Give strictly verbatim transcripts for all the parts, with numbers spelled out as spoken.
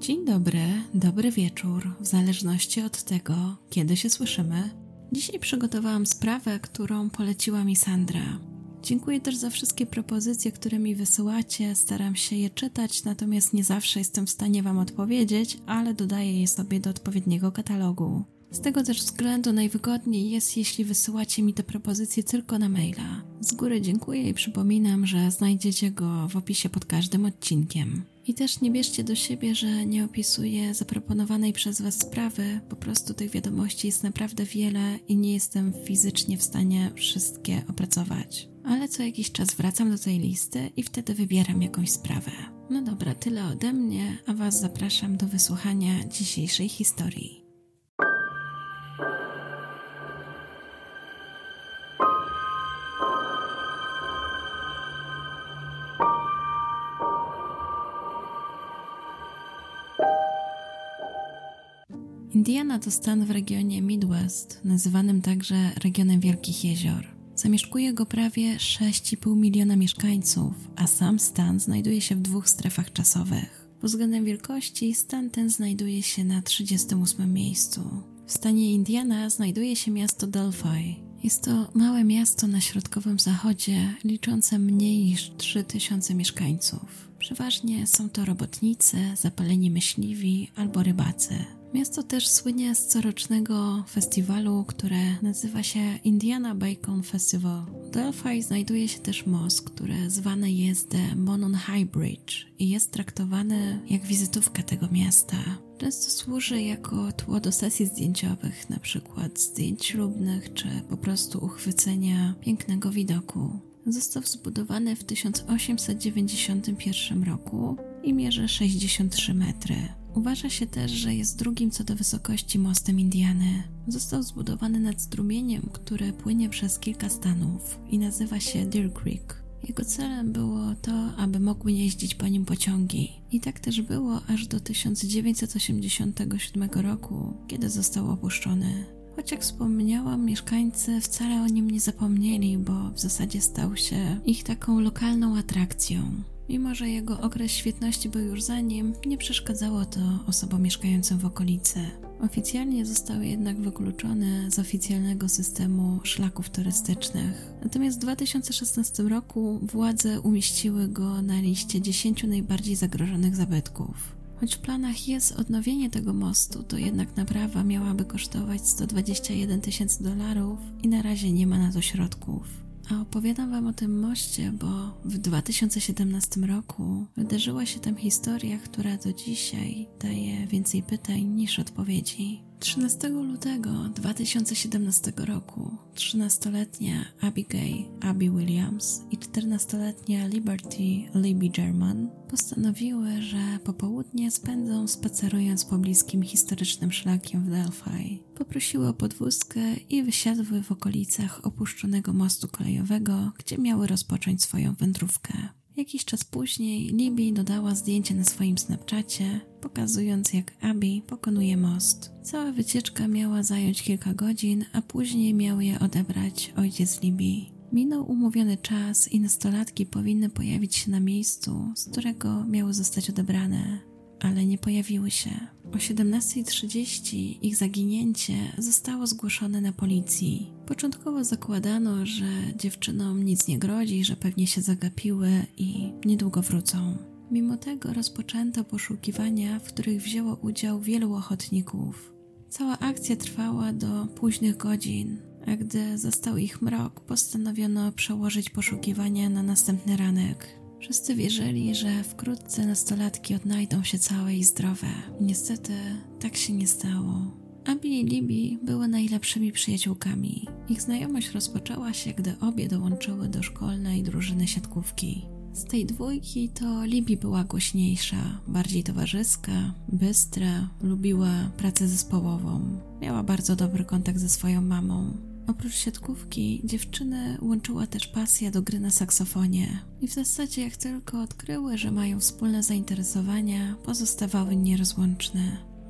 Dzień dobry, dobry wieczór, w zależności od tego, kiedy się słyszymy. Dzisiaj przygotowałam sprawę, którą poleciła mi Sandra. Dziękuję też za wszystkie propozycje, które mi wysyłacie, staram się je czytać, natomiast nie zawsze jestem w stanie Wam odpowiedzieć, ale dodaję je sobie do odpowiedniego katalogu. Z tego też względu najwygodniej jest, jeśli wysyłacie mi te propozycje tylko na maila. Z góry dziękuję i przypominam, że znajdziecie go w opisie pod każdym odcinkiem. I też nie bierzcie do siebie, że nie opisuję zaproponowanej przez Was sprawy, po prostu tych wiadomości jest naprawdę wiele i nie jestem fizycznie w stanie wszystkie opracować. Ale co jakiś czas wracam do tej listy i wtedy wybieram jakąś sprawę. No dobra, tyle ode mnie, a Was zapraszam do wysłuchania dzisiejszej historii. Indiana to stan w regionie Midwest, nazywanym także regionem Wielkich Jezior. Zamieszkuje go prawie sześć i pół miliona mieszkańców, a sam stan znajduje się w dwóch strefach czasowych. Pod względem wielkości stan ten znajduje się na trzydziestym ósmym miejscu. W stanie Indiana znajduje się miasto Delphi. Jest to małe miasto na środkowym zachodzie, liczące mniej niż trzy tysiące mieszkańców. Przeważnie są to robotnicy, zapaleni myśliwi albo rybacy. Miasto też słynie z corocznego festiwalu, które nazywa się Indiana Bacon Festival. W Delphi znajduje się też most, który zwany jest The Monon High Bridge i jest traktowany jak wizytówka tego miasta. Często służy jako tło do sesji zdjęciowych, na przykład zdjęć ślubnych czy po prostu uchwycenia pięknego widoku. Został zbudowany w tysiąc osiemset dziewięćdziesiątym pierwszym roku i mierzy sześćdziesiąt trzy metry. Uważa się też, że jest drugim co do wysokości mostem Indiany. Został zbudowany nad strumieniem, który płynie przez kilka stanów i nazywa się Deer Creek. Jego celem było to, aby mogły jeździć po nim pociągi. I tak też było aż do tysiąc dziewięćset osiemdziesiątego siódmego roku, kiedy został opuszczony. Choć jak wspomniałam, mieszkańcy wcale o nim nie zapomnieli, bo w zasadzie stał się ich taką lokalną atrakcją. Mimo że jego okres świetności był już za nim, nie przeszkadzało to osobom mieszkającym w okolicy. Oficjalnie został jednak wykluczony z oficjalnego systemu szlaków turystycznych. Natomiast w dwa tysiące szesnastym roku władze umieściły go na liście dziesięciu najbardziej zagrożonych zabytków. Choć w planach jest odnowienie tego mostu, to jednak naprawa miałaby kosztować sto dwadzieścia jeden tysięcy dolarów i na razie nie ma na to środków. A opowiadam Wam o tym moście, bo w dwa tysiące siedemnastym roku wydarzyła się tam historia, która do dzisiaj daje więcej pytań niż odpowiedzi. trzynastego lutego dwa tysiące siedemnastego roku trzynastoletnia Abigail Abby Williams i czternastoletnia Liberty Libby German postanowiły, że popołudnie spędzą spacerując pobliskim historycznym szlakiem w Delphi. Poprosiły o podwózkę i wysiadły w okolicach opuszczonego mostu kolejowego, gdzie miały rozpocząć swoją wędrówkę. Jakiś czas później Libby dodała zdjęcie na swoim Snapchacie, pokazując jak Abby pokonuje most. Cała wycieczka miała zająć kilka godzin, a później miał je odebrać ojciec Libby. Minął umówiony czas i nastolatki powinny pojawić się na miejscu, z którego miały zostać odebrane, ale nie pojawiły się. O siedemnasta trzydzieści ich zaginięcie zostało zgłoszone na policji. Początkowo zakładano, że dziewczynom nic nie grozi, że pewnie się zagapiły i niedługo wrócą. Mimo tego rozpoczęto poszukiwania, w których wzięło udział wielu ochotników. Cała akcja trwała do późnych godzin, a gdy zastał ich mrok, postanowiono przełożyć poszukiwania na następny ranek. Wszyscy wierzyli, że wkrótce nastolatki odnajdą się całe i zdrowe. Niestety tak się nie stało. Abby i Libby były najlepszymi przyjaciółkami. Ich znajomość rozpoczęła się, gdy obie dołączyły do szkolnej drużyny siatkówki. Z tej dwójki to Libby była głośniejsza, bardziej towarzyska, bystra, lubiła pracę zespołową. Miała bardzo dobry kontakt ze swoją mamą. Oprócz siatkówki dziewczyny łączyła też pasja do gry na saksofonie i w zasadzie jak tylko odkryły, że mają wspólne zainteresowania, pozostawały nierozłączne.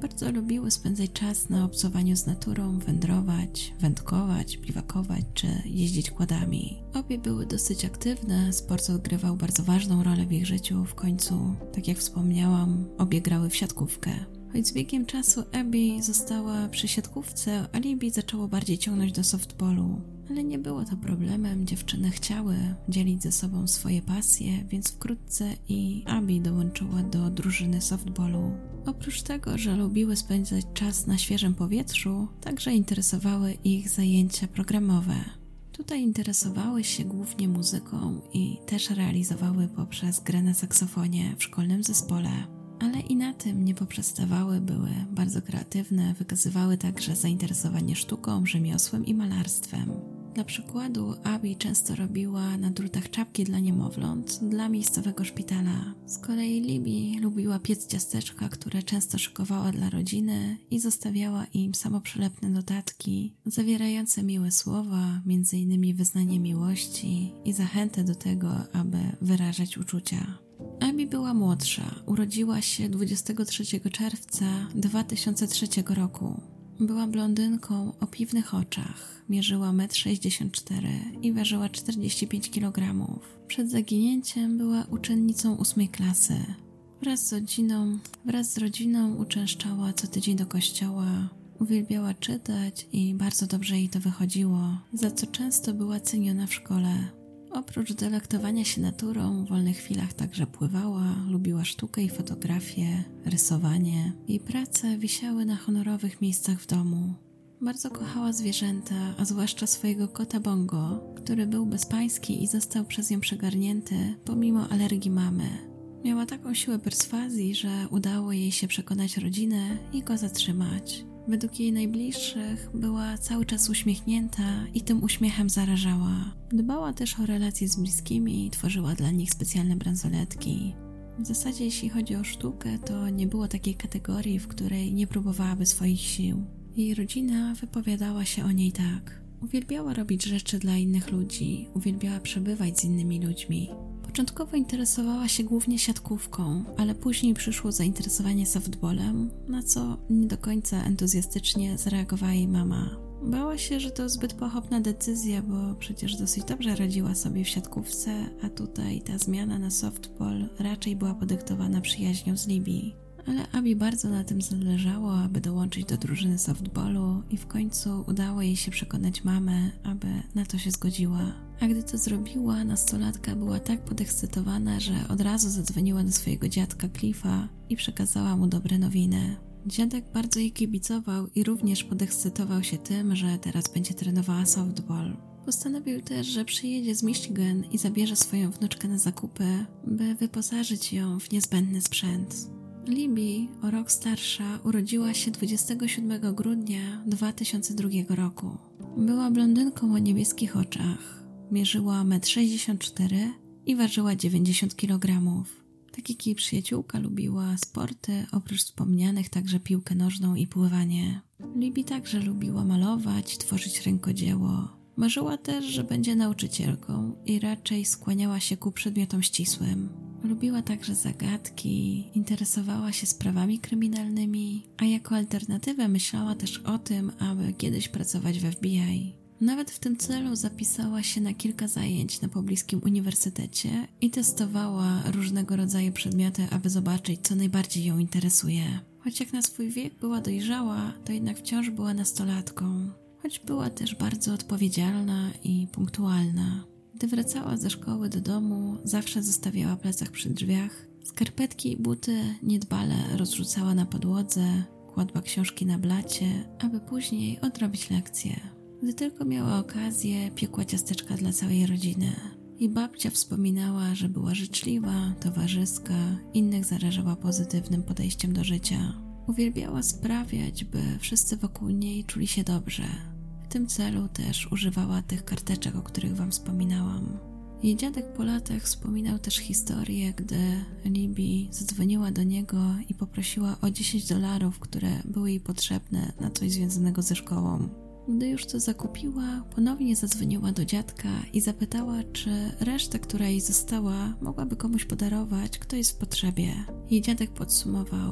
Bardzo lubiły spędzać czas na obcowaniu z naturą, wędrować, wędkować, biwakować czy jeździć quadami. Obie były dosyć aktywne, sport odgrywał bardzo ważną rolę w ich życiu. W końcu, tak jak wspomniałam, obie grały w siatkówkę. Choć z biegiem czasu Abby została przy siatkówce, a Libby zaczęło bardziej ciągnąć do softballu. Ale nie było to problemem, dziewczyny chciały dzielić ze sobą swoje pasje, więc wkrótce i Abby dołączyła do drużyny softballu. Oprócz tego, że lubiły spędzać czas na świeżym powietrzu, także interesowały ich zajęcia programowe. Tutaj interesowały się głównie muzyką i też realizowały poprzez grę na saksofonie w szkolnym zespole. Ale i na tym nie poprzestawały, były bardzo kreatywne, wykazywały także zainteresowanie sztuką, rzemiosłem i malarstwem. Dla przykładu Abby często robiła na drutach czapki dla niemowląt dla miejscowego szpitala. Z kolei Libby lubiła piec ciasteczka, które często szykowała dla rodziny i zostawiała im samoprzylepne notatki zawierające miłe słowa, między innymi wyznanie miłości i zachętę do tego, aby wyrażać uczucia. Abby była młodsza, urodziła się dwudziestego trzeciego czerwca dwa tysiące trzeciego roku. Była blondynką o piwnych oczach, mierzyła metr sześćdziesiąt cztery i ważyła czterdzieści pięć kilogramów. Przed zaginięciem była uczennicą ósmej klasy. Wraz z rodziną, wraz z rodziną uczęszczała co tydzień do kościoła, uwielbiała czytać i bardzo dobrze jej to wychodziło, za co często była ceniona w szkole. Oprócz delektowania się naturą, w wolnych chwilach także pływała, lubiła sztukę i fotografię, rysowanie. Jej prace wisiały na honorowych miejscach w domu. Bardzo kochała zwierzęta, a zwłaszcza swojego kota Bongo, który był bezpański i został przez nią przegarnięty pomimo alergii mamy. Miała taką siłę perswazji, że udało jej się przekonać rodzinę i go zatrzymać. Według jej najbliższych była cały czas uśmiechnięta i tym uśmiechem zarażała. Dbała też o relacje z bliskimi i tworzyła dla nich specjalne bransoletki. W zasadzie jeśli chodzi o sztukę, to nie było takiej kategorii, w której nie próbowałaby swoich sił. Jej rodzina wypowiadała się o niej tak. Uwielbiała robić rzeczy dla innych ludzi, uwielbiała przebywać z innymi ludźmi. Początkowo interesowała się głównie siatkówką, ale później przyszło zainteresowanie softballem, na co nie do końca entuzjastycznie zareagowała jej mama. Bała się, że to zbyt pochopna decyzja, bo przecież dosyć dobrze radziła sobie w siatkówce, a tutaj ta zmiana na softball raczej była podyktowana przyjaźnią z Libby. Ale Abby bardzo na tym zależało, aby dołączyć do drużyny softballu i w końcu udało jej się przekonać mamę, aby na to się zgodziła. A gdy to zrobiła, nastolatka była tak podekscytowana, że od razu zadzwoniła do swojego dziadka Cliffa i przekazała mu dobre nowiny. Dziadek bardzo jej kibicował i również podekscytował się tym, że teraz będzie trenowała softball. Postanowił też, że przyjedzie z Michigan i zabierze swoją wnuczkę na zakupy, by wyposażyć ją w niezbędny sprzęt. Libby, o rok starsza, urodziła się dwudziestego siódmego grudnia dwa tysiące drugiego roku. Była blondynką o niebieskich oczach, mierzyła metr sześćdziesiąt cztery i ważyła dziewięćdziesiąt kilogramów. Tak jak jej przyjaciółka lubiła sporty, oprócz wspomnianych także piłkę nożną i pływanie. Libby także lubiła malować, tworzyć rękodzieło. Marzyła też, że będzie nauczycielką i raczej skłaniała się ku przedmiotom ścisłym. Lubiła także zagadki, interesowała się sprawami kryminalnymi, a jako alternatywę myślała też o tym, aby kiedyś pracować w F B I. Nawet w tym celu zapisała się na kilka zajęć na pobliskim uniwersytecie i testowała różnego rodzaju przedmioty, aby zobaczyć, co najbardziej ją interesuje. Choć jak na swój wiek była dojrzała, to jednak wciąż była nastolatką. Choć była też bardzo odpowiedzialna i punktualna. Gdy wracała ze szkoły do domu, zawsze zostawiała plecak przy drzwiach. Skarpetki i buty niedbale rozrzucała na podłodze, kładła książki na blacie, aby później odrobić lekcje. Gdy tylko miała okazję, piekła ciasteczka dla całej rodziny. Jej babcia wspominała, że była życzliwa, towarzyska, innych zarażała pozytywnym podejściem do życia. Uwielbiała sprawiać, by wszyscy wokół niej czuli się dobrze. W tym celu też używała tych karteczek, o których wam wspominałam. Jej dziadek po latach wspominał też historię, gdy Libby zadzwoniła do niego i poprosiła o dziesięć dolarów, które były jej potrzebne na coś związanego ze szkołą. Gdy już to zakupiła, ponownie zadzwoniła do dziadka i zapytała, czy resztę, która jej została, mogłaby komuś podarować, kto jest w potrzebie. Jej dziadek podsumował: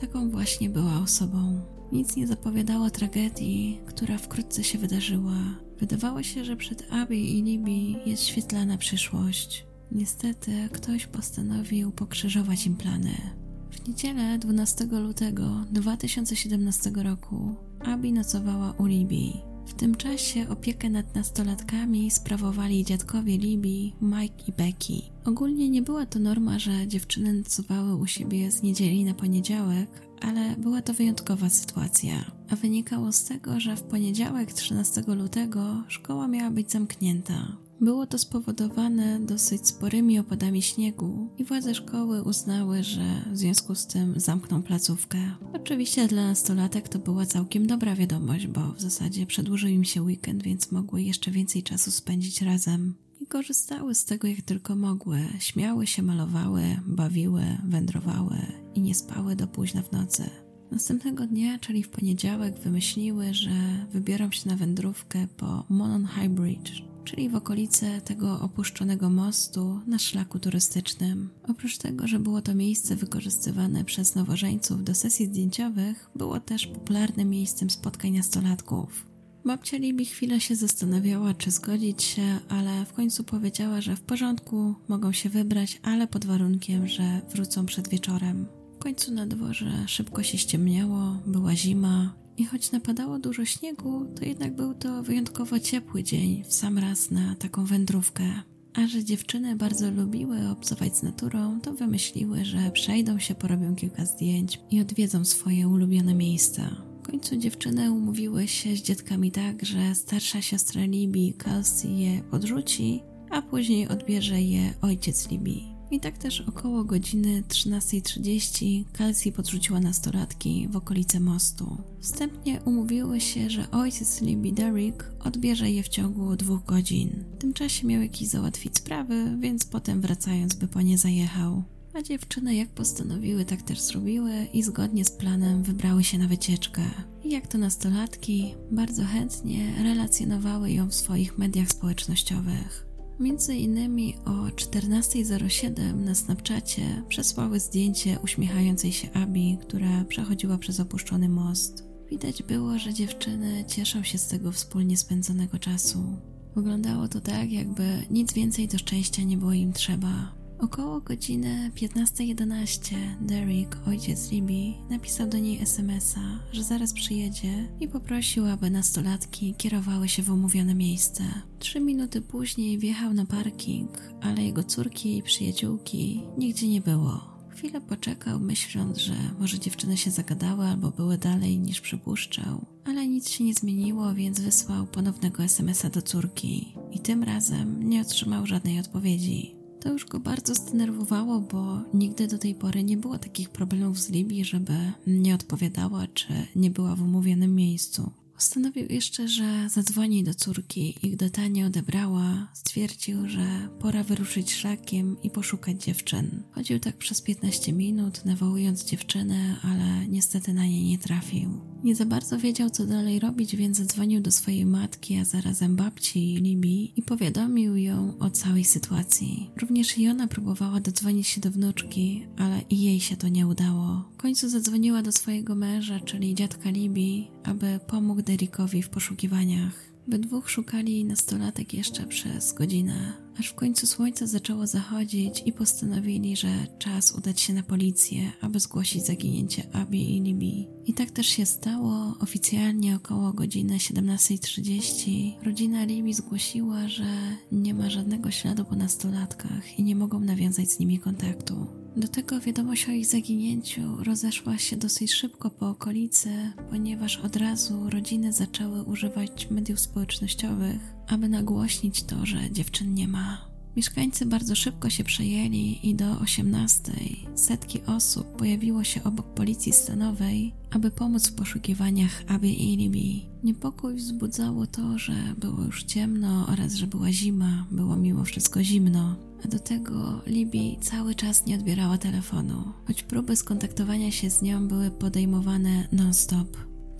taką właśnie była osobą. Nic nie zapowiadało tragedii, która wkrótce się wydarzyła. Wydawało się, że przed Abby i Libby jest świetlana przyszłość. Niestety ktoś postanowił pokrzyżować im plany. W niedzielę dwunastego lutego dwa tysiące siedemnastego roku Abby nocowała u Libby. W tym czasie opiekę nad nastolatkami sprawowali dziadkowie Libby, Mike i Becky. Ogólnie nie była to norma, że dziewczyny nocowały u siebie z niedzieli na poniedziałek, ale była to wyjątkowa sytuacja. A wynikało z tego, że w poniedziałek trzynastego lutego szkoła miała być zamknięta. Było to spowodowane dosyć sporymi opadami śniegu i władze szkoły uznały, że w związku z tym zamkną placówkę. Oczywiście dla nastolatek to była całkiem dobra wiadomość, bo w zasadzie przedłużył im się weekend, więc mogły jeszcze więcej czasu spędzić razem. I korzystały z tego jak tylko mogły. Śmiały się, malowały, bawiły, wędrowały i nie spały do późna w nocy. Następnego dnia, czyli w poniedziałek, wymyśliły, że wybiorą się na wędrówkę po Monon High Bridge, czyli w okolice tego opuszczonego mostu na szlaku turystycznym. Oprócz tego, że było to miejsce wykorzystywane przez nowożeńców do sesji zdjęciowych, było też popularnym miejscem spotkań nastolatków. Babcia Libby chwilę się zastanawiała, czy zgodzić się, ale w końcu powiedziała, że w porządku, mogą się wybrać, ale pod warunkiem, że wrócą przed wieczorem. W końcu na dworze szybko się ściemniało, była zima i choć napadało dużo śniegu, to jednak był to wyjątkowo ciepły dzień w sam raz na taką wędrówkę. A że dziewczyny bardzo lubiły obcować z naturą, to wymyśliły, że przejdą się, porobią kilka zdjęć i odwiedzą swoje ulubione miejsca. W końcu dziewczyny umówiły się z dziadkami tak, że starsza siostra Libby, Kelsey, je podrzuci, a później odbierze je ojciec Libby. I tak też około godziny trzynastej trzydzieści Kelsey podrzuciła nastolatki w okolice mostu. Wstępnie umówiły się, że ojciec Libby, Derek, odbierze je w ciągu dwóch godzin. W tym czasie miał jakieś załatwić sprawy, więc potem wracając by po nie zajechał. A dziewczyny jak postanowiły, tak też zrobiły i zgodnie z planem wybrały się na wycieczkę. I jak to nastolatki, bardzo chętnie relacjonowały ją w swoich mediach społecznościowych. Między innymi o czternasta zero siedem na Snapchacie przesłały zdjęcie uśmiechającej się Abby, która przechodziła przez opuszczony most. Widać było, że dziewczyny cieszą się z tego wspólnie spędzonego czasu. Wyglądało to tak, jakby nic więcej do szczęścia nie było im trzeba. Około godziny piętnasta jedenaście Derek, ojciec Libby, napisał do niej es em es a, że zaraz przyjedzie i poprosił, aby nastolatki kierowały się w umówione miejsce. Trzy minuty później wjechał na parking, ale jego córki i przyjaciółki nigdzie nie było. Chwilę poczekał, myśląc, że może dziewczyny się zagadały albo były dalej niż przypuszczał, ale nic się nie zmieniło, więc wysłał ponownego es em es a do córki i tym razem nie otrzymał żadnej odpowiedzi. To już go bardzo zdenerwowało, bo nigdy do tej pory nie było takich problemów z Libby, żeby nie odpowiadała czy nie była w umówionym miejscu. Postanowił jeszcze, że zadzwoni do córki i gdy ta nie odebrała, stwierdził, że pora wyruszyć szlakiem i poszukać dziewczyn. Chodził tak przez piętnaście minut, nawołując dziewczynę, ale niestety na nie nie trafił. Nie za bardzo wiedział, co dalej robić, więc zadzwonił do swojej matki, a zarazem babci Libby i powiadomił ją o całej sytuacji. Również i ona próbowała dodzwonić się do wnuczki, ale i jej się to nie udało. W końcu zadzwoniła do swojego męża, czyli dziadka Libby, aby pomógł Derekowi w poszukiwaniach. We dwóch szukali nastolatek jeszcze przez godzinę, aż w końcu słońce zaczęło zachodzić i postanowili, że czas udać się na policję, aby zgłosić zaginięcie Abby i Libby. I tak też się stało. Oficjalnie około godziny siedemnasta trzydzieści rodzina Libby zgłosiła, że nie ma żadnego śladu po nastolatkach i nie mogą nawiązać z nimi kontaktu. Do tego wiadomość o ich zaginięciu rozeszła się dosyć szybko po okolicy, ponieważ od razu rodziny zaczęły używać mediów społecznościowych, aby nagłośnić to, że dziewczyn nie ma. Mieszkańcy bardzo szybko się przejęli i do osiemnastej setki osób pojawiło się obok policji stanowej, aby pomóc w poszukiwaniach Abby i Libby. Niepokój wzbudzało to, że było już ciemno oraz że była zima, było mimo wszystko zimno. A do tego Libby cały czas nie odbierała telefonu, choć próby skontaktowania się z nią były podejmowane non-stop.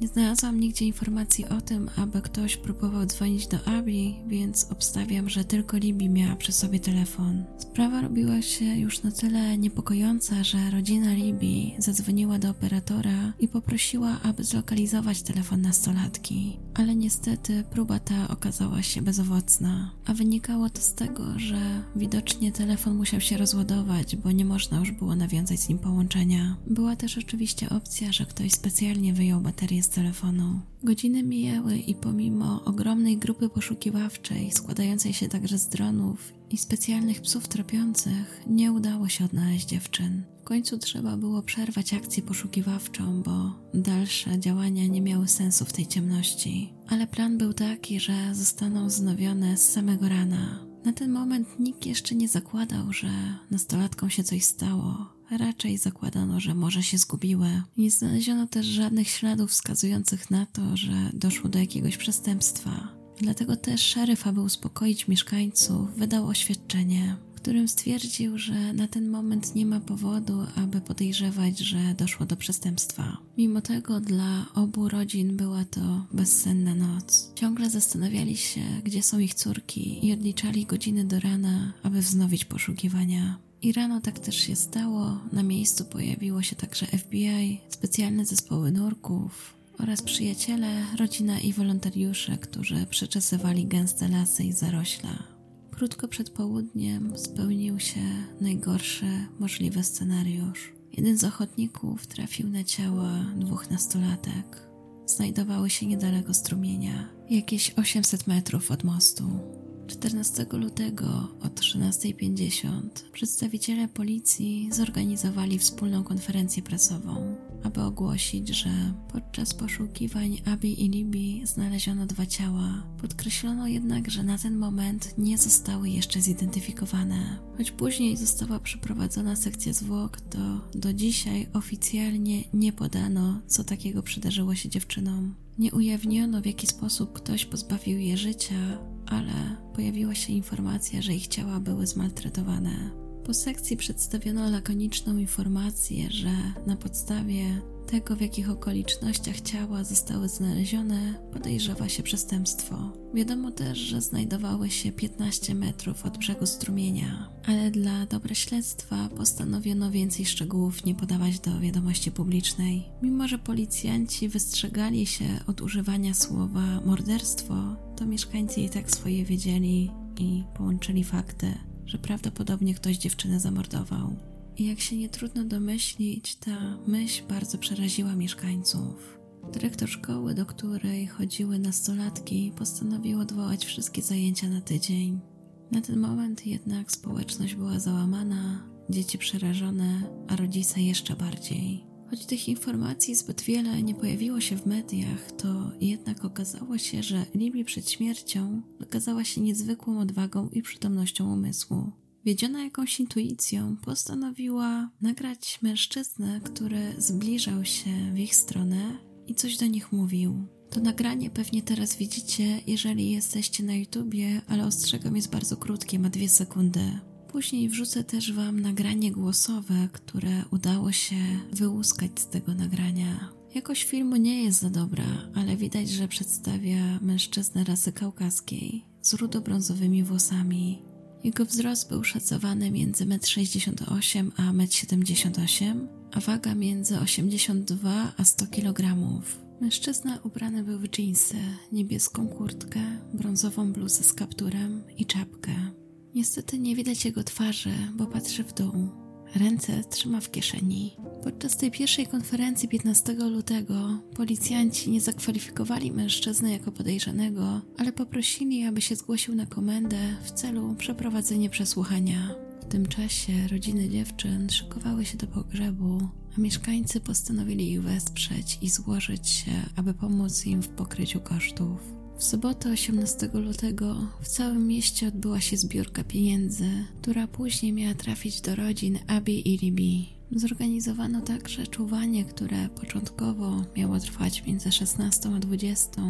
Nie znalazłam nigdzie informacji o tym, aby ktoś próbował dzwonić do Abby, więc obstawiam, że tylko Libby miała przy sobie telefon. Sprawa robiła się już na tyle niepokojąca, że rodzina Libby zadzwoniła do operatora i poprosiła, aby zlokalizować telefon nastolatki. Ale niestety próba ta okazała się bezowocna, a wynikało to z tego, że widocznie telefon musiał się rozładować, bo nie można już było nawiązać z nim połączenia. Była też oczywiście opcja, że ktoś specjalnie wyjął baterię z telefonu. Godziny mijały i pomimo ogromnej grupy poszukiwawczej, składającej się także z dronów i specjalnych psów tropiących, nie udało się odnaleźć dziewczyn. W końcu trzeba było przerwać akcję poszukiwawczą, bo dalsze działania nie miały sensu w tej ciemności. Ale plan był taki, że zostaną wznowione z samego rana. Na ten moment nikt jeszcze nie zakładał, że nastolatkom się coś stało. Raczej zakładano, że może się zgubiły. Nie znaleziono też żadnych śladów wskazujących na to, że doszło do jakiegoś przestępstwa. Dlatego też szeryf, aby uspokoić mieszkańców, wydał oświadczenie, w którym stwierdził, że na ten moment nie ma powodu, aby podejrzewać, że doszło do przestępstwa. Mimo tego dla obu rodzin była to bezsenna noc. Ciągle zastanawiali się, gdzie są ich córki i odliczali godziny do rana, aby wznowić poszukiwania. I rano tak też się stało. Na miejscu pojawiło się także F B I, specjalne zespoły nurków oraz przyjaciele, rodzina i wolontariusze, którzy przeczesywali gęste lasy i zarośla. Krótko przed południem spełnił się najgorszy możliwy scenariusz. Jeden z ochotników trafił na ciała dwóch nastolatek. Znajdowały się niedaleko strumienia, jakieś osiemset metrów od mostu. czternastego lutego o trzynasta pięćdziesiąt przedstawiciele policji zorganizowali wspólną konferencję prasową, aby ogłosić, że podczas poszukiwań Abby i Libby znaleziono dwa ciała. Podkreślono jednak, że na ten moment nie zostały jeszcze zidentyfikowane. Choć później została przeprowadzona sekcja zwłok, to do dzisiaj oficjalnie nie podano, co takiego przydarzyło się dziewczynom. Nie ujawniono, w jaki sposób ktoś pozbawił je życia, ale pojawiła się informacja, że ich ciała były zmaltretowane. Po sekcji przedstawiono lakoniczną informację, że na podstawie tego, w jakich okolicznościach ciała zostały znalezione, podejrzewa się przestępstwo. Wiadomo też, że znajdowały się piętnaście metrów od brzegu strumienia, ale dla dobra śledztwa postanowiono więcej szczegółów nie podawać do wiadomości publicznej. Mimo że policjanci wystrzegali się od używania słowa morderstwo, to mieszkańcy i tak swoje wiedzieli i połączyli fakty, że prawdopodobnie ktoś dziewczynę zamordował. I jak się nie trudno domyślić, ta myśl bardzo przeraziła mieszkańców. Dyrektor szkoły, do której chodziły nastolatki, postanowił odwołać wszystkie zajęcia na tydzień. Na ten moment jednak społeczność była załamana, dzieci przerażone, a rodzice jeszcze bardziej. Choć tych informacji zbyt wiele nie pojawiło się w mediach, to jednak okazało się, że Libby przed śmiercią wykazała się niezwykłą odwagą i przytomnością umysłu. Wiedziona jakąś intuicją, postanowiła nagrać mężczyznę, który zbliżał się w ich stronę i coś do nich mówił. To nagranie pewnie teraz widzicie, jeżeli jesteście na YouTubie, ale ostrzegam, jest bardzo krótkie, ma dwie sekundy. Później wrzucę też Wam nagranie głosowe, które udało się wyłuskać z tego nagrania. Jakość filmu nie jest za dobra, ale widać, że przedstawia mężczyznę rasy kaukaskiej z rudo-brązowymi włosami. Jego wzrost był szacowany między metr sześćdziesiąt osiem a metr siedemdziesiąt osiem, a waga między osiemdziesiąt dwa a sto kilogramów. Mężczyzna ubrany był w dżinsy, niebieską kurtkę, brązową bluzę z kapturem i czapkę. Niestety nie widać jego twarzy, bo patrzy w dół. Ręce trzyma w kieszeni. Podczas tej pierwszej konferencji piętnastego lutego policjanci nie zakwalifikowali mężczyzny jako podejrzanego, ale poprosili, aby się zgłosił na komendę w celu przeprowadzenia przesłuchania. W tym czasie rodziny dziewczyn szykowały się do pogrzebu, a mieszkańcy postanowili ich wesprzeć i złożyć się, aby pomóc im w pokryciu kosztów. W sobotę osiemnastego lutego w całym mieście odbyła się zbiórka pieniędzy, która później miała trafić do rodzin Abby i Libby. Zorganizowano także czuwanie, które początkowo miało trwać między szesnastą a dwudziestą,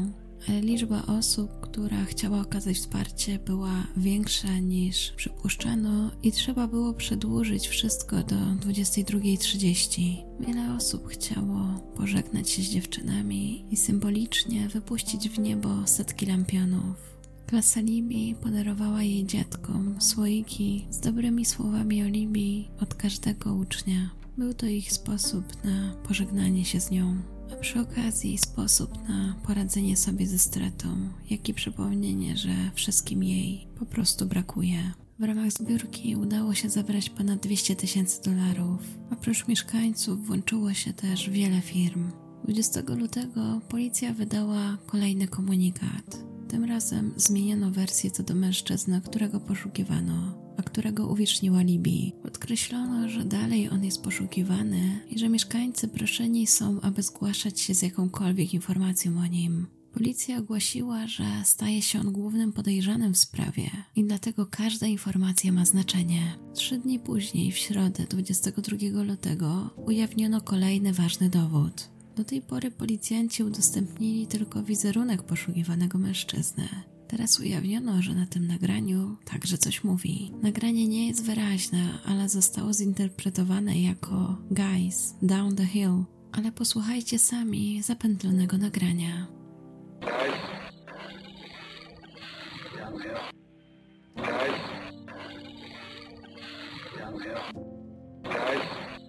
ale liczba osób, która chciała okazać wsparcie, była większa niż przypuszczano i trzeba było przedłużyć wszystko do dwudziestej drugiej trzydzieści. Wiele osób chciało pożegnać się z dziewczynami i symbolicznie wypuścić w niebo setki lampionów. Klasa Libii podarowała jej dziadkom słoiki z dobrymi słowami o Libii od każdego ucznia. Był to ich sposób na pożegnanie się z nią, a przy okazji sposób na poradzenie sobie ze stratą, jak i przypomnienie, że wszystkim jej po prostu brakuje. W ramach zbiórki udało się zebrać ponad dwieście tysięcy dolarów. Oprócz mieszkańców włączyło się też wiele firm. dwudziestego lutego policja wydała kolejny komunikat. Tym razem zmieniono wersję co do mężczyzny, którego poszukiwano, a którego uwieczniła Libii. Podkreślono, że dalej on jest poszukiwany i że mieszkańcy proszeni są, aby zgłaszać się z jakąkolwiek informacją o nim. Policja ogłosiła, że staje się on głównym podejrzanym w sprawie i dlatego każda informacja ma znaczenie. Trzy dni później, w środę dwudziestego drugiego lutego, ujawniono kolejny ważny dowód. Do tej pory policjanci udostępnili tylko wizerunek poszukiwanego mężczyzny. Teraz ujawniono, że na tym nagraniu także coś mówi. Nagranie nie jest wyraźne, ale zostało zinterpretowane jako "Guys, down the hill". Ale posłuchajcie sami zapętlonego nagrania. Guys, down the hill. Guys, down the hill. Guys,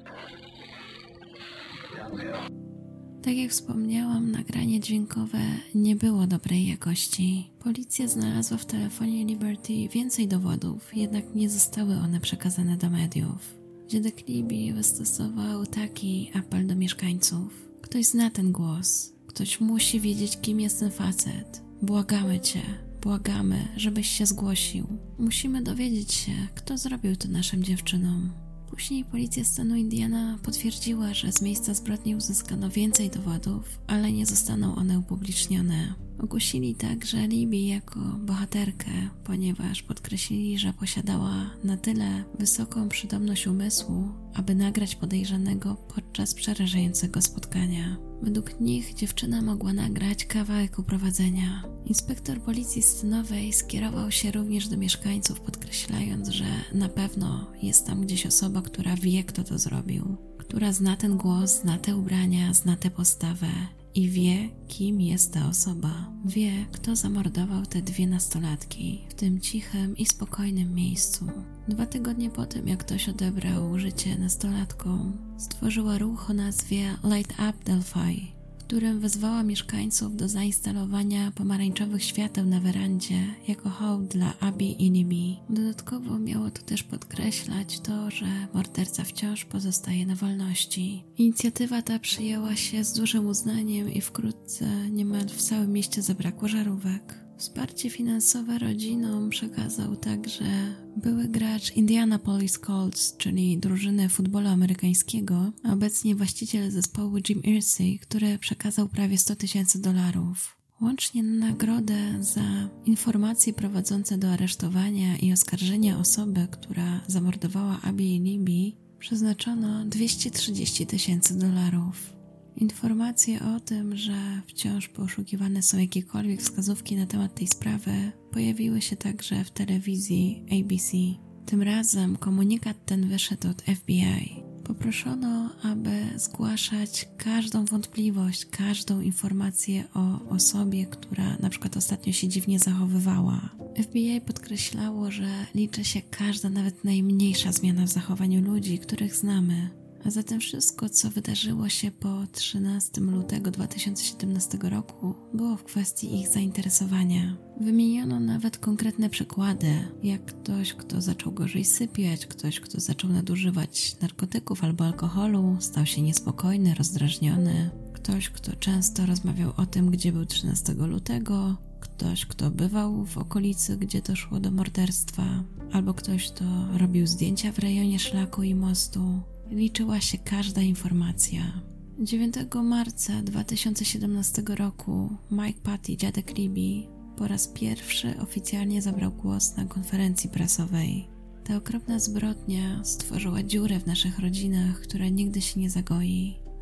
down the hill. Tak jak wspomniałam, nagranie dźwiękowe nie było dobrej jakości. Policja znalazła w telefonie Liberty więcej dowodów, jednak nie zostały one przekazane do mediów. Dziadek Libii wystosował taki apel do mieszkańców. Ktoś zna ten głos. Ktoś musi wiedzieć, kim jest ten facet. Błagamy cię, błagamy, żebyś się zgłosił. Musimy dowiedzieć się, kto zrobił to naszym dziewczynom. Później policja stanu Indiana potwierdziła, że z miejsca zbrodni uzyskano więcej dowodów, ale nie zostaną one upublicznione. Ogłosili także Libii jako bohaterkę, ponieważ podkreślili, że posiadała na tyle wysoką przytomność umysłu, aby nagrać podejrzanego podczas przerażającego spotkania. Według nich dziewczyna mogła nagrać kawałek uprowadzenia. Inspektor policji stanowej skierował się również do mieszkańców, podkreślając, że na pewno jest tam gdzieś osoba, która wie, kto to zrobił, która zna ten głos, zna te ubrania, zna tę postawę i wie, kim jest ta osoba. Wie, kto zamordował te dwie nastolatki w tym cichym i spokojnym miejscu. Dwa tygodnie po tym, jak ktoś odebrał życie nastolatkom, stworzyła ruch o nazwie Light Up Delphi, w którym wezwała mieszkańców do zainstalowania pomarańczowych świateł na werandzie jako hołd dla Abby i Libby. Dodatkowo miało to też podkreślać to, że morderca wciąż pozostaje na wolności. Inicjatywa ta przyjęła się z dużym uznaniem i wkrótce niemal w całym mieście zabrakło żarówek. Wsparcie finansowe rodzinom przekazał także były gracz Indianapolis Colts, czyli drużyny futbolu amerykańskiego, a obecnie właściciel zespołu Jim Irsay, który przekazał prawie sto tysięcy dolarów. Łącznie na nagrodę za informacje prowadzące do aresztowania i oskarżenia osoby, która zamordowała Abby i Libby, przeznaczono dwieście trzydzieści tysięcy dolarów. Informacje o tym, że wciąż poszukiwane są jakiekolwiek wskazówki na temat tej sprawy, pojawiły się także w telewizji A B C. Tym razem komunikat ten wyszedł od F B I. Poproszono, aby zgłaszać każdą wątpliwość, każdą informację o osobie, która na przykład ostatnio się dziwnie zachowywała. F B I podkreślało, że liczy się każda, nawet najmniejsza zmiana w zachowaniu ludzi, których znamy. A zatem wszystko, co wydarzyło się po trzynastego lutego dwa tysiące siedemnastego roku, było w kwestii ich zainteresowania. Wymieniono nawet konkretne przykłady, jak ktoś, kto zaczął gorzej sypiać, ktoś, kto zaczął nadużywać narkotyków albo alkoholu, stał się niespokojny, rozdrażniony, ktoś, kto często rozmawiał o tym, gdzie był trzynastego lutego, ktoś, kto bywał w okolicy, gdzie doszło do morderstwa, albo ktoś, kto robił zdjęcia w rejonie szlaku i mostu. Liczyła się każda informacja. dziewiątego marca dwa tysiące siedemnastego roku Mike Patty, dziadek Libby, po raz pierwszy oficjalnie zabrał głos na konferencji prasowej. Ta okropna zbrodnia stworzyła dziurę w naszych rodzinach, która nigdy się nie zagoi.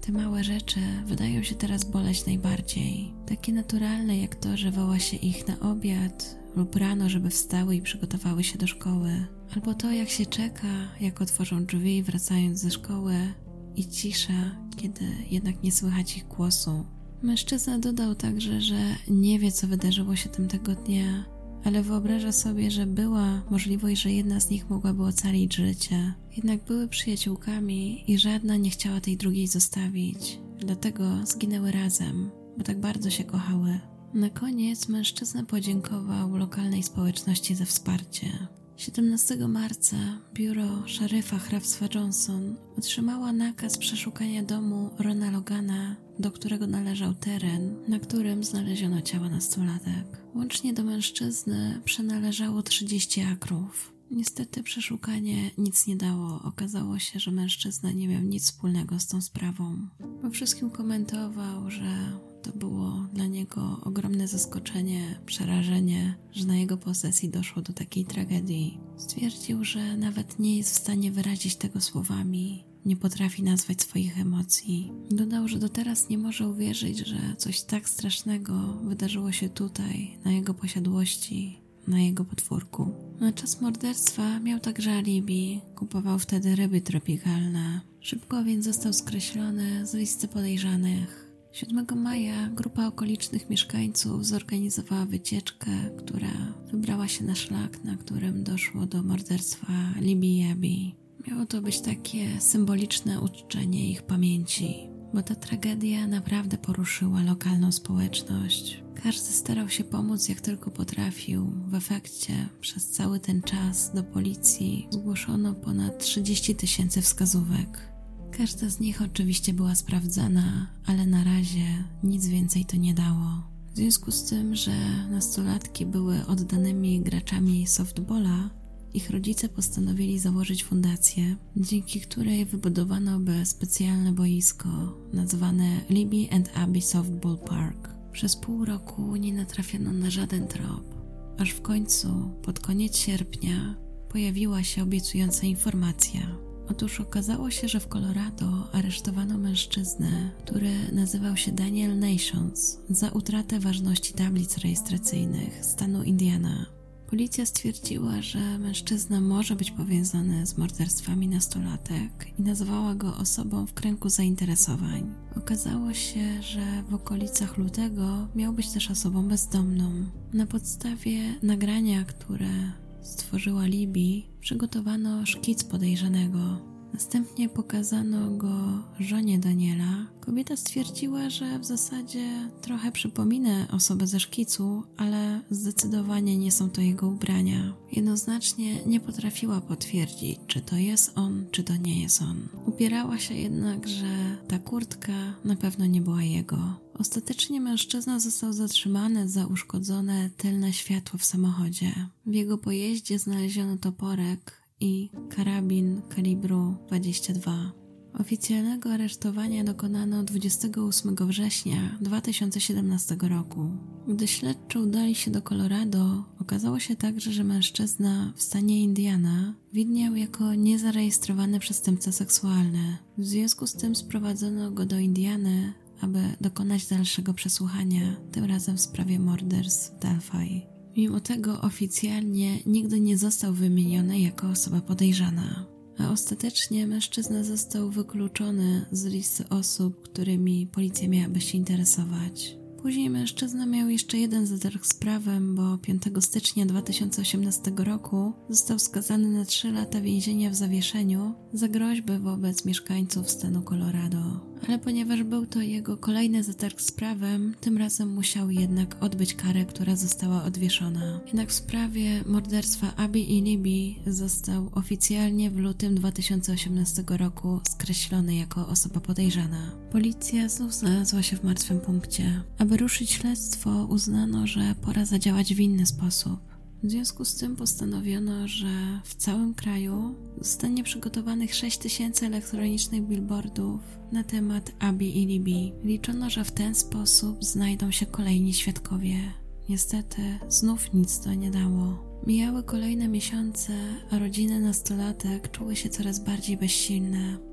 Te małe rzeczy wydają się teraz boleć najbardziej. Takie naturalne jak to, że woła się ich na obiad lub rano, żeby wstały i przygotowały się do szkoły. Albo to, jak się czeka, jak otworzą drzwi wracając ze szkoły i cisza, kiedy jednak nie słychać ich głosu. Mężczyzna dodał także, że nie wie, co wydarzyło się tamtego dnia, ale wyobraża sobie, że była możliwość, że jedna z nich mogłaby ocalić życie. Jednak były przyjaciółkami i żadna nie chciała tej drugiej zostawić. Dlatego zginęły razem, bo tak bardzo się kochały. Na koniec mężczyzna podziękował lokalnej społeczności za wsparcie. siedemnastego marca biuro szeryfa hrabstwa Johnson otrzymała nakaz przeszukania domu Rona Logana, do którego należał teren, na którym znaleziono ciała nastolatek. Łącznie do mężczyzny przynależało trzydzieści akrów. Niestety przeszukanie nic nie dało. Okazało się, że mężczyzna nie miał nic wspólnego z tą sprawą. Po wszystkim komentował, że to było dla niego ogromne zaskoczenie, przerażenie, że na jego posesji doszło do takiej tragedii. Stwierdził, że nawet nie jest w stanie wyrazić tego słowami, nie potrafi nazwać swoich emocji. Dodał, że do teraz nie może uwierzyć, że coś tak strasznego wydarzyło się tutaj, na jego posiadłości, na jego podwórku. Na czas morderstwa miał także alibi, kupował wtedy ryby tropikalne. Szybko więc został skreślony z listy podejrzanych. siódmego maja grupa okolicznych mieszkańców zorganizowała wycieczkę, która wybrała się na szlak, na którym doszło do morderstwa Libby i Abby. Miało to być takie symboliczne uczczenie ich pamięci, bo ta tragedia naprawdę poruszyła lokalną społeczność. Każdy starał się pomóc jak tylko potrafił. W efekcie przez cały ten czas do policji zgłoszono ponad trzydzieści tysięcy wskazówek. Każda z nich oczywiście była sprawdzana, ale na razie nic więcej to nie dało. W związku z tym, że nastolatki były oddanymi graczami softballa, ich rodzice postanowili założyć fundację, dzięki której wybudowano by specjalne boisko nazwane Libby and Abby Softball Park. Przez pół roku nie natrafiono na żaden trop, aż w końcu, pod koniec sierpnia, pojawiła się obiecująca informacja. Otóż okazało się, że w Colorado aresztowano mężczyznę, który nazywał się Daniel Nations za utratę ważności tablic rejestracyjnych stanu Indiana. Policja stwierdziła, że mężczyzna może być powiązany z morderstwami nastolatek i nazwała go osobą w kręgu zainteresowań. Okazało się, że w okolicach lutego miał być też osobą bezdomną. Na podstawie nagrania, które stworzyła Libby, przygotowano szkic podejrzanego. Następnie pokazano go żonie Daniela. Kobieta stwierdziła, że w zasadzie trochę przypomina osobę ze szkicu, ale zdecydowanie nie są to jego ubrania. Jednoznacznie nie potrafiła potwierdzić, czy to jest on, czy to nie jest on. Upierała się jednak, że ta kurtka na pewno nie była jego. Ostatecznie mężczyzna został zatrzymany za uszkodzone tylne światło w samochodzie. W jego pojeździe znaleziono toporek i karabin kalibru dwadzieścia dwa. Oficjalnego aresztowania dokonano dwudziestego ósmego września dwa tysiące siedemnastego roku. Gdy śledczy udali się do Colorado, okazało się także, że mężczyzna w stanie Indiana widniał jako niezarejestrowany przestępca seksualny. W związku z tym sprowadzono go do Indiany, aby dokonać dalszego przesłuchania, tym razem w sprawie morderstw w Delphi. Mimo tego oficjalnie nigdy nie został wymieniony jako osoba podejrzana, a ostatecznie mężczyzna został wykluczony z listy osób, którymi policja miałaby się interesować. Później mężczyzna miał jeszcze jeden zatarg z prawem, bo piątego stycznia dwa tysiące osiemnastego roku został skazany na trzy lata więzienia w zawieszeniu za groźby wobec mieszkańców stanu Colorado. Ale ponieważ był to jego kolejny zatarg z prawem, tym razem musiał jednak odbyć karę, która została odwieszona. Jednak w sprawie morderstwa Abby i Libby został oficjalnie w lutym dwa tysiące osiemnastego roku skreślony jako osoba podejrzana. Policja znów znalazła się w martwym punkcie. Aby ruszyć śledztwo, uznano, że pora zadziałać w inny sposób. W związku z tym postanowiono, że w całym kraju zostanie przygotowanych sześć tysięcy elektronicznych billboardów na temat Abby i Libby. Liczono, że w ten sposób znajdą się kolejni świadkowie. Niestety znów nic to nie dało. Mijały kolejne miesiące, a rodziny nastolatek czuły się coraz bardziej bezsilne.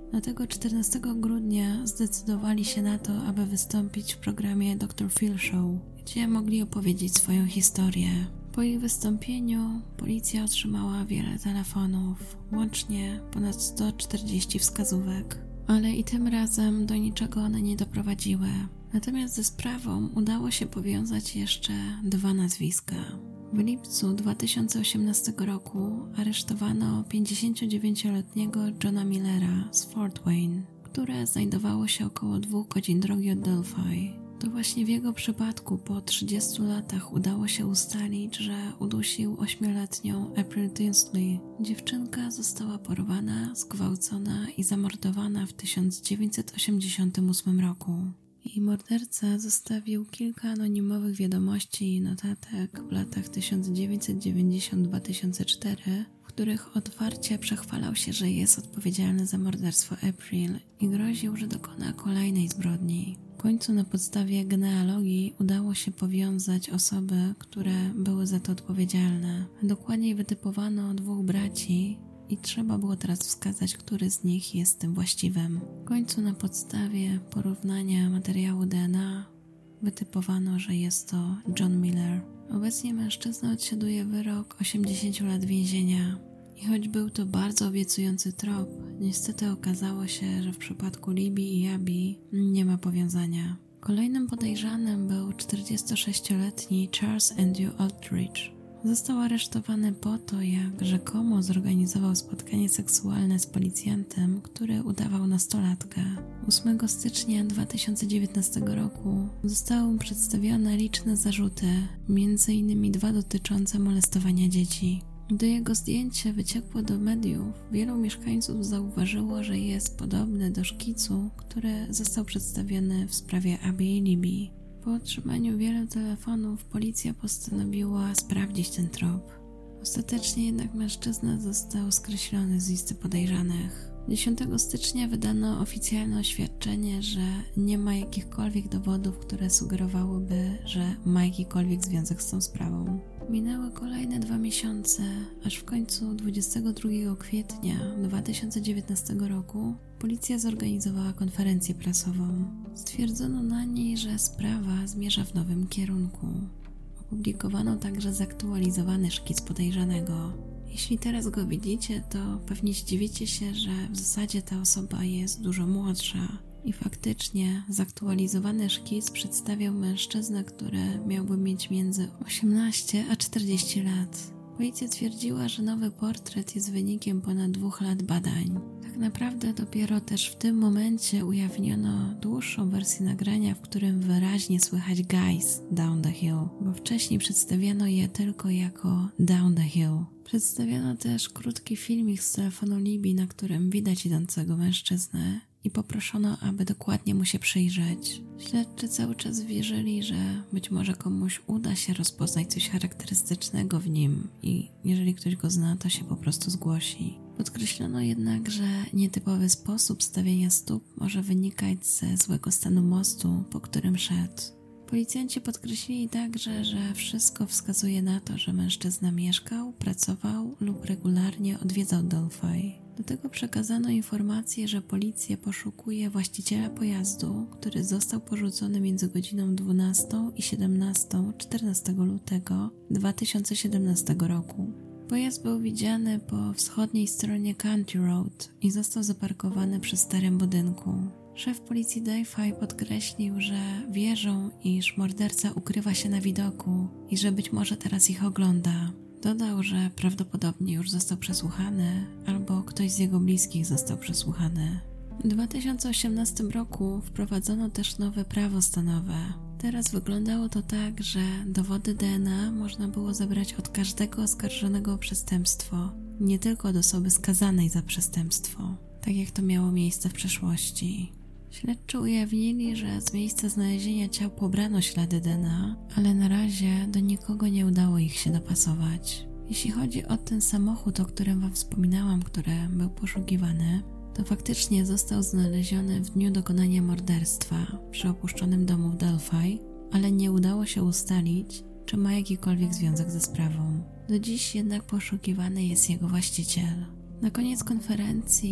Dlatego czternastego grudnia zdecydowali się na to, aby wystąpić w programie doktor Phil Show, gdzie mogli opowiedzieć swoją historię. Po ich wystąpieniu policja otrzymała wiele telefonów, łącznie ponad sto czterdzieści wskazówek, ale i tym razem do niczego one nie doprowadziły. Natomiast ze sprawą udało się powiązać jeszcze dwa nazwiska. W lipcu dwa tysiące osiemnastego roku aresztowano pięćdziesięciodziewięcioletniego Johna Millera z Fort Wayne, które znajdowało się około dwóch godzin drogi od Delphi. To właśnie w jego przypadku po trzydziestu latach udało się ustalić, że udusił ośmioletnią April Tinsley. Dziewczynka została porwana, zgwałcona i zamordowana w tysiąc dziewięćset osiemdziesiątym ósmym roku. Jej morderca zostawił kilka anonimowych wiadomości i notatek w latach tysiąc dziewięćset dziewięćdziesiąt do dwa tysiące czwartego, w których otwarcie przechwalał się, że jest odpowiedzialny za morderstwo April i groził, że dokona kolejnej zbrodni. W końcu na podstawie genealogii udało się powiązać osoby, które były za to odpowiedzialne. Dokładniej wytypowano dwóch braci i trzeba było teraz wskazać, który z nich jest tym właściwym. W końcu na podstawie porównania materiału D N A wytypowano, że jest to John Miller. Obecnie mężczyzna odsiaduje wyrok osiemdziesięciu lat więzienia. I choć był to bardzo obiecujący trop, niestety okazało się, że w przypadku Libby i Abby nie ma powiązania. Kolejnym podejrzanym był czterdziestosześcioletni Charles Andrew Aldridge. Został aresztowany po to, jak rzekomo zorganizował spotkanie seksualne z policjantem, który udawał nastolatkę. ósmego stycznia dwa tysiące dziewiętnastego roku zostały mu przedstawione liczne zarzuty, między innymi dwa dotyczące molestowania dzieci. Gdy jego zdjęcie wyciekło do mediów, wielu mieszkańców zauważyło, że jest podobny do szkicu, który został przedstawiony w sprawie Abby i Libby. Po otrzymaniu wielu telefonów policja postanowiła sprawdzić ten trop. Ostatecznie jednak mężczyzna został skreślony z listy podejrzanych. dziesiątego stycznia wydano oficjalne oświadczenie, że nie ma jakichkolwiek dowodów, które sugerowałyby, że ma jakikolwiek związek z tą sprawą. Minęły kolejne dwa miesiące, aż w końcu dwudziestego drugiego kwietnia dwa tysiące dziewiętnastego roku policja zorganizowała konferencję prasową. Stwierdzono na niej, że sprawa zmierza w nowym kierunku. Opublikowano także zaktualizowany szkic podejrzanego. Jeśli teraz go widzicie, to pewnie zdziwicie się, że w zasadzie ta osoba jest dużo młodsza. I faktycznie zaktualizowany szkic przedstawiał mężczyznę, który miałby mieć między osiemnaście a czterdzieści lat. Policja twierdziła, że nowy portret jest wynikiem ponad dwóch lat badań. Tak naprawdę dopiero też w tym momencie ujawniono dłuższą wersję nagrania, w którym wyraźnie słychać Guys Down the Hill, bo wcześniej przedstawiano je tylko jako Down the Hill. Przedstawiono też krótki filmik z telefonu Libby, na którym widać idącego mężczyznę i poproszono, aby dokładnie mu się przyjrzeć. Śledczy cały czas wierzyli, że być może komuś uda się rozpoznać coś charakterystycznego w nim i jeżeli ktoś go zna, to się po prostu zgłosi. Podkreślono jednak, że nietypowy sposób stawienia stóp może wynikać ze złego stanu mostu, po którym szedł. Policjanci podkreślili także, że wszystko wskazuje na to, że mężczyzna mieszkał, pracował lub regularnie odwiedzał Delphi. Do tego przekazano informację, że policja poszukuje właściciela pojazdu, który został porzucony między godziną dwunastą i siedemnastą czternastego lutego dwa tysiące siedemnastego roku. Pojazd był widziany po wschodniej stronie Country Road i został zaparkowany przy starym budynku. Szef policji Delphi podkreślił, że wierzą, iż morderca ukrywa się na widoku i że być może teraz ich ogląda. Dodał, że prawdopodobnie już został przesłuchany albo ktoś z jego bliskich został przesłuchany. W dwa tysiące osiemnastym roku wprowadzono też nowe prawo stanowe. Teraz wyglądało to tak, że dowody D N A można było zebrać od każdego oskarżonego o przestępstwo, nie tylko od osoby skazanej za przestępstwo, tak jak to miało miejsce w przeszłości. Śledczy ujawnili, że z miejsca znalezienia ciał pobrano ślady D N A, ale na razie do nikogo nie udało ich się dopasować. Jeśli chodzi o ten samochód, o którym wam wspominałam, który był poszukiwany, to faktycznie został znaleziony w dniu dokonania morderstwa przy opuszczonym domu w Delphi, ale nie udało się ustalić, czy ma jakikolwiek związek ze sprawą. Do dziś jednak poszukiwany jest jego właściciel. Na koniec konferencji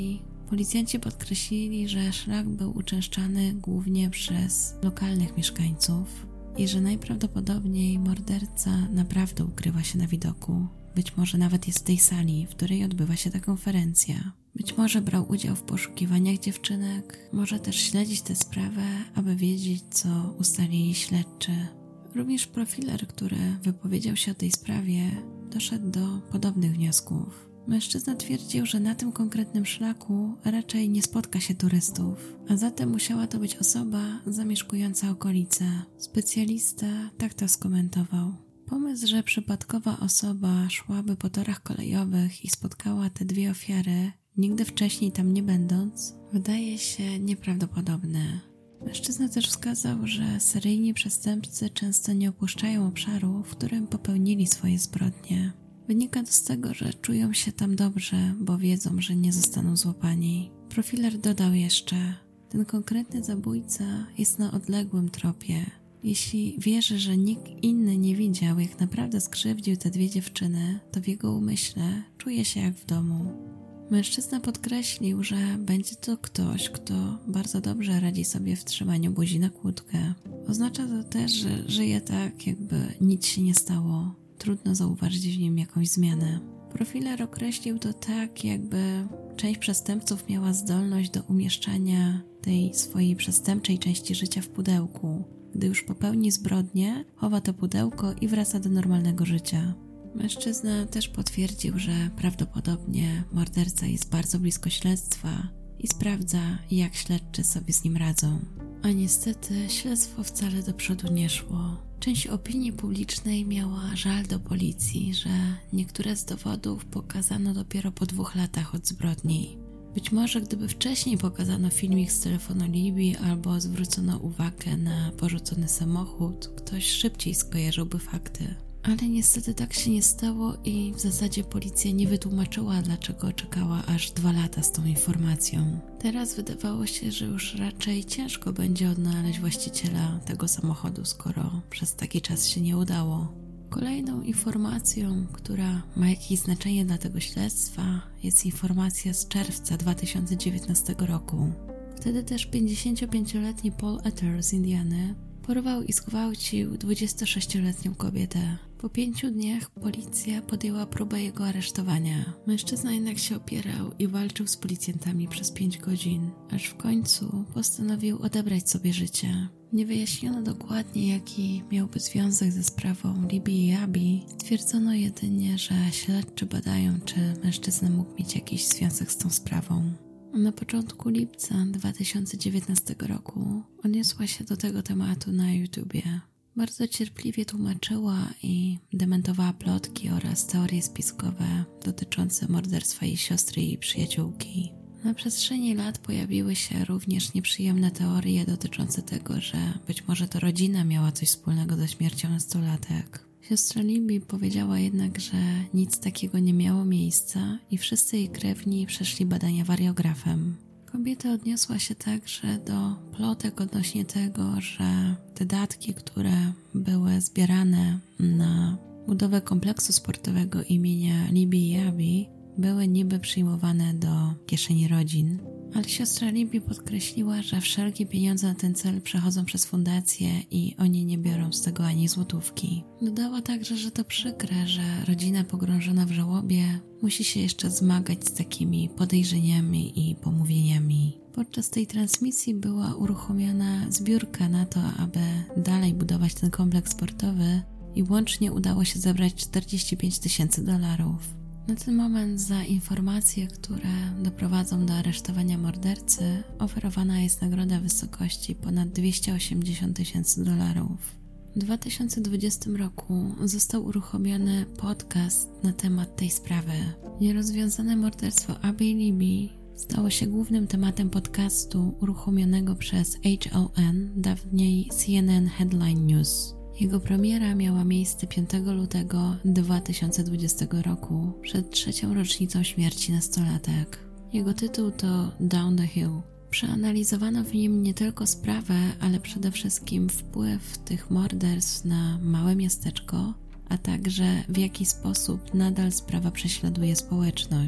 Policjanci podkreślili, że szlak był uczęszczany głównie przez lokalnych mieszkańców i że najprawdopodobniej morderca naprawdę ukrywa się na widoku. Być może nawet jest w tej sali, w której odbywa się ta konferencja. Być może brał udział w poszukiwaniach dziewczynek, może też śledzić tę sprawę, aby wiedzieć, co ustalili śledczy. Również profiler, który wypowiedział się o tej sprawie, doszedł do podobnych wniosków. Mężczyzna twierdził, że na tym konkretnym szlaku raczej nie spotka się turystów, a zatem musiała to być osoba zamieszkująca okolice. Specjalista tak to skomentował. Pomysł, że przypadkowa osoba szłaby po torach kolejowych i spotkała te dwie ofiary, nigdy wcześniej tam nie będąc, wydaje się nieprawdopodobny. Mężczyzna też wskazał, że seryjni przestępcy często nie opuszczają obszaru, w którym popełnili swoje zbrodnie. Wynika to z tego, że czują się tam dobrze, bo wiedzą, że nie zostaną złapani. Profiler dodał jeszcze: ten konkretny zabójca jest na odległym tropie. Jeśli wierzy, że nikt inny nie widział, jak naprawdę skrzywdził te dwie dziewczyny, to w jego umyśle czuje się jak w domu. Mężczyzna podkreślił, że będzie to ktoś, kto bardzo dobrze radzi sobie w trzymaniu buzi na kłódkę. Oznacza to też, że żyje tak, jakby nic się nie stało. Trudno zauważyć w nim jakąś zmianę. Profiler określił to tak, jakby część przestępców miała zdolność do umieszczania tej swojej przestępczej części życia w pudełku. Gdy już popełni zbrodnię, chowa to pudełko i wraca do normalnego życia. Mężczyzna też potwierdził, że prawdopodobnie morderca jest bardzo blisko śledztwa i sprawdza, jak śledczy sobie z nim radzą. A niestety śledztwo wcale do przodu nie szło. Część opinii publicznej miała żal do policji, że niektóre z dowodów pokazano dopiero po dwóch latach od zbrodni. Być może gdyby wcześniej pokazano filmik z telefonu Libby albo zwrócono uwagę na porzucony samochód, ktoś szybciej skojarzyłby fakty. Ale niestety tak się nie stało i w zasadzie policja nie wytłumaczyła, dlaczego czekała aż dwa lata z tą informacją. Teraz wydawało się, że już raczej ciężko będzie odnaleźć właściciela tego samochodu, skoro przez taki czas się nie udało. Kolejną informacją, która ma jakieś znaczenie dla tego śledztwa, jest informacja z czerwca dwa tysiące dziewiętnastego roku. Wtedy też pięćdziesięciopięcioletni Paul Etter z Indiany porwał i zgwałcił dwudziestosześcioletnią kobietę. Po pięciu dniach policja podjęła próbę jego aresztowania. Mężczyzna jednak się opierał i walczył z policjantami przez pięć godzin, aż w końcu postanowił odebrać sobie życie. Nie wyjaśniono dokładnie, jaki miałby związek ze sprawą Libby i Abby. Stwierdzono jedynie, że śledczy badają, czy mężczyzna mógł mieć jakiś związek z tą sprawą. Na początku lipca dwa tysiące dziewiętnastego roku odniosła się do tego tematu na YouTubie. Bardzo cierpliwie tłumaczyła i dementowała plotki oraz teorie spiskowe dotyczące morderstwa jej siostry i przyjaciółki. Na przestrzeni lat pojawiły się również nieprzyjemne teorie dotyczące tego, że być może to rodzina miała coś wspólnego ze śmiercią nastolatek. Siostra Libby powiedziała jednak, że nic takiego nie miało miejsca i wszyscy jej krewni przeszli badania wariografem. Kobieta odniosła się także do plotek odnośnie tego, że te datki, które były zbierane na budowę kompleksu sportowego imienia Libby i Abby, były niby przyjmowane do kieszeni rodzin. Ale siostra Libby podkreśliła, że wszelkie pieniądze na ten cel przechodzą przez fundację i oni nie biorą z tego ani złotówki. Dodała także, że to przykre, że rodzina pogrążona w żałobie musi się jeszcze zmagać z takimi podejrzeniami i pomówieniami. Podczas tej transmisji była uruchomiona zbiórka na to, aby dalej budować ten kompleks sportowy i łącznie udało się zebrać czterdzieści pięć tysięcy dolarów. Na ten moment za informacje, które doprowadzą do aresztowania mordercy, oferowana jest nagroda w wysokości ponad dwieście osiemdziesiąt tysięcy dolarów. W dwa tysiące dwudziestym roku został uruchomiony podcast na temat tej sprawy. Nierozwiązane morderstwo Abby i Libby stało się głównym tematem podcastu uruchomionego przez H L N, dawniej C N N Headline News. Jego premiera miała miejsce piątego lutego dwa tysiące dwudziestego roku, przed trzecią rocznicą śmierci nastolatek. Jego tytuł to Down the Hill. Przeanalizowano w nim nie tylko sprawę, ale przede wszystkim wpływ tych morderstw na małe miasteczko, a także w jaki sposób nadal sprawa prześladuje społeczność.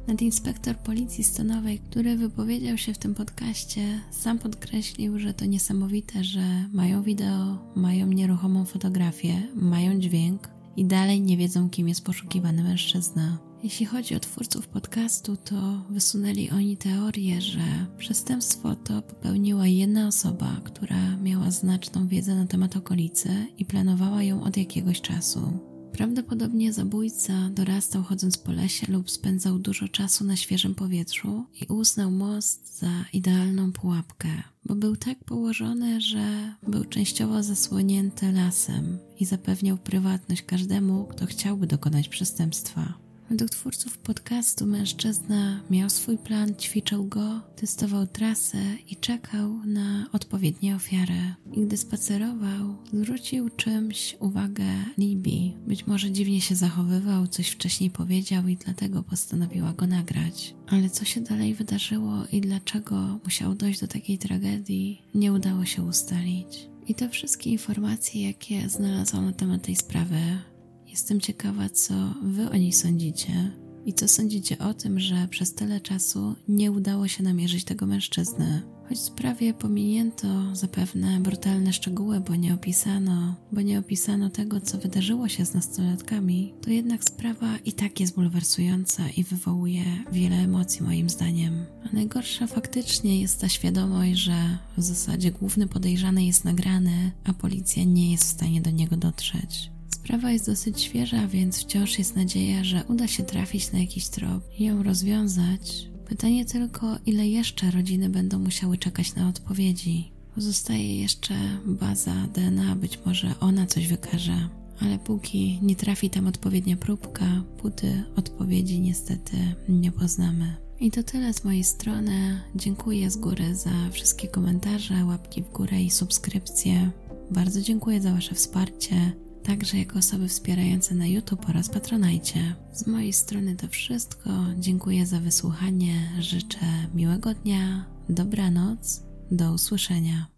Nadinspektor policji stanowej, który wypowiedział się w tym podcaście, sam podkreślił, że to niesamowite, że mają wideo, mają nieruchomą fotografię, mają dźwięk i dalej nie wiedzą, kim jest poszukiwany mężczyzna. Jeśli chodzi o twórców podcastu, to wysunęli oni teorię, że przestępstwo to popełniła jedna osoba, która miała znaczną wiedzę na temat okolicy i planowała ją od jakiegoś czasu. Prawdopodobnie zabójca dorastał chodząc po lesie lub spędzał dużo czasu na świeżym powietrzu i uznał most za idealną pułapkę, bo był tak położony, że był częściowo zasłonięty lasem i zapewniał prywatność każdemu, kto chciałby dokonać przestępstwa. Według twórców podcastu mężczyzna miał swój plan, ćwiczył go, testował trasę i czekał na odpowiednie ofiary. I gdy spacerował, zwrócił czymś uwagę Libby. Być może dziwnie się zachowywał, coś wcześniej powiedział i dlatego postanowiła go nagrać. Ale co się dalej wydarzyło i dlaczego musiało dojść do takiej tragedii, nie udało się ustalić. I to wszystkie informacje, jakie znalazłam na temat tej sprawy. Jestem ciekawa, co wy o niej sądzicie i co sądzicie o tym, że przez tyle czasu nie udało się namierzyć tego mężczyzny. Choć w sprawie pominięto zapewne brutalne szczegóły, bo nie opisano, bo nie opisano tego, co wydarzyło się z nastolatkami, to jednak sprawa i tak jest bulwersująca i wywołuje wiele emocji moim zdaniem. A najgorsza faktycznie jest ta świadomość, że w zasadzie główny podejrzany jest nagrany, a policja nie jest w stanie do niego dotrzeć. Sprawa jest dosyć świeża, więc wciąż jest nadzieja, że uda się trafić na jakiś trop i ją rozwiązać. Pytanie tylko, ile jeszcze rodziny będą musiały czekać na odpowiedzi. Pozostaje jeszcze baza D N A, być może ona coś wykaże. Ale póki nie trafi tam odpowiednia próbka, póty odpowiedzi niestety nie poznamy. I to tyle z mojej strony. Dziękuję z góry za wszystkie komentarze, łapki w górę i subskrypcje. Bardzo dziękuję za wasze wsparcie. Także jako osoby wspierające na YouTube oraz Patronajcie. Z mojej strony to wszystko. Dziękuję za wysłuchanie. Życzę miłego dnia, dobranoc, do usłyszenia.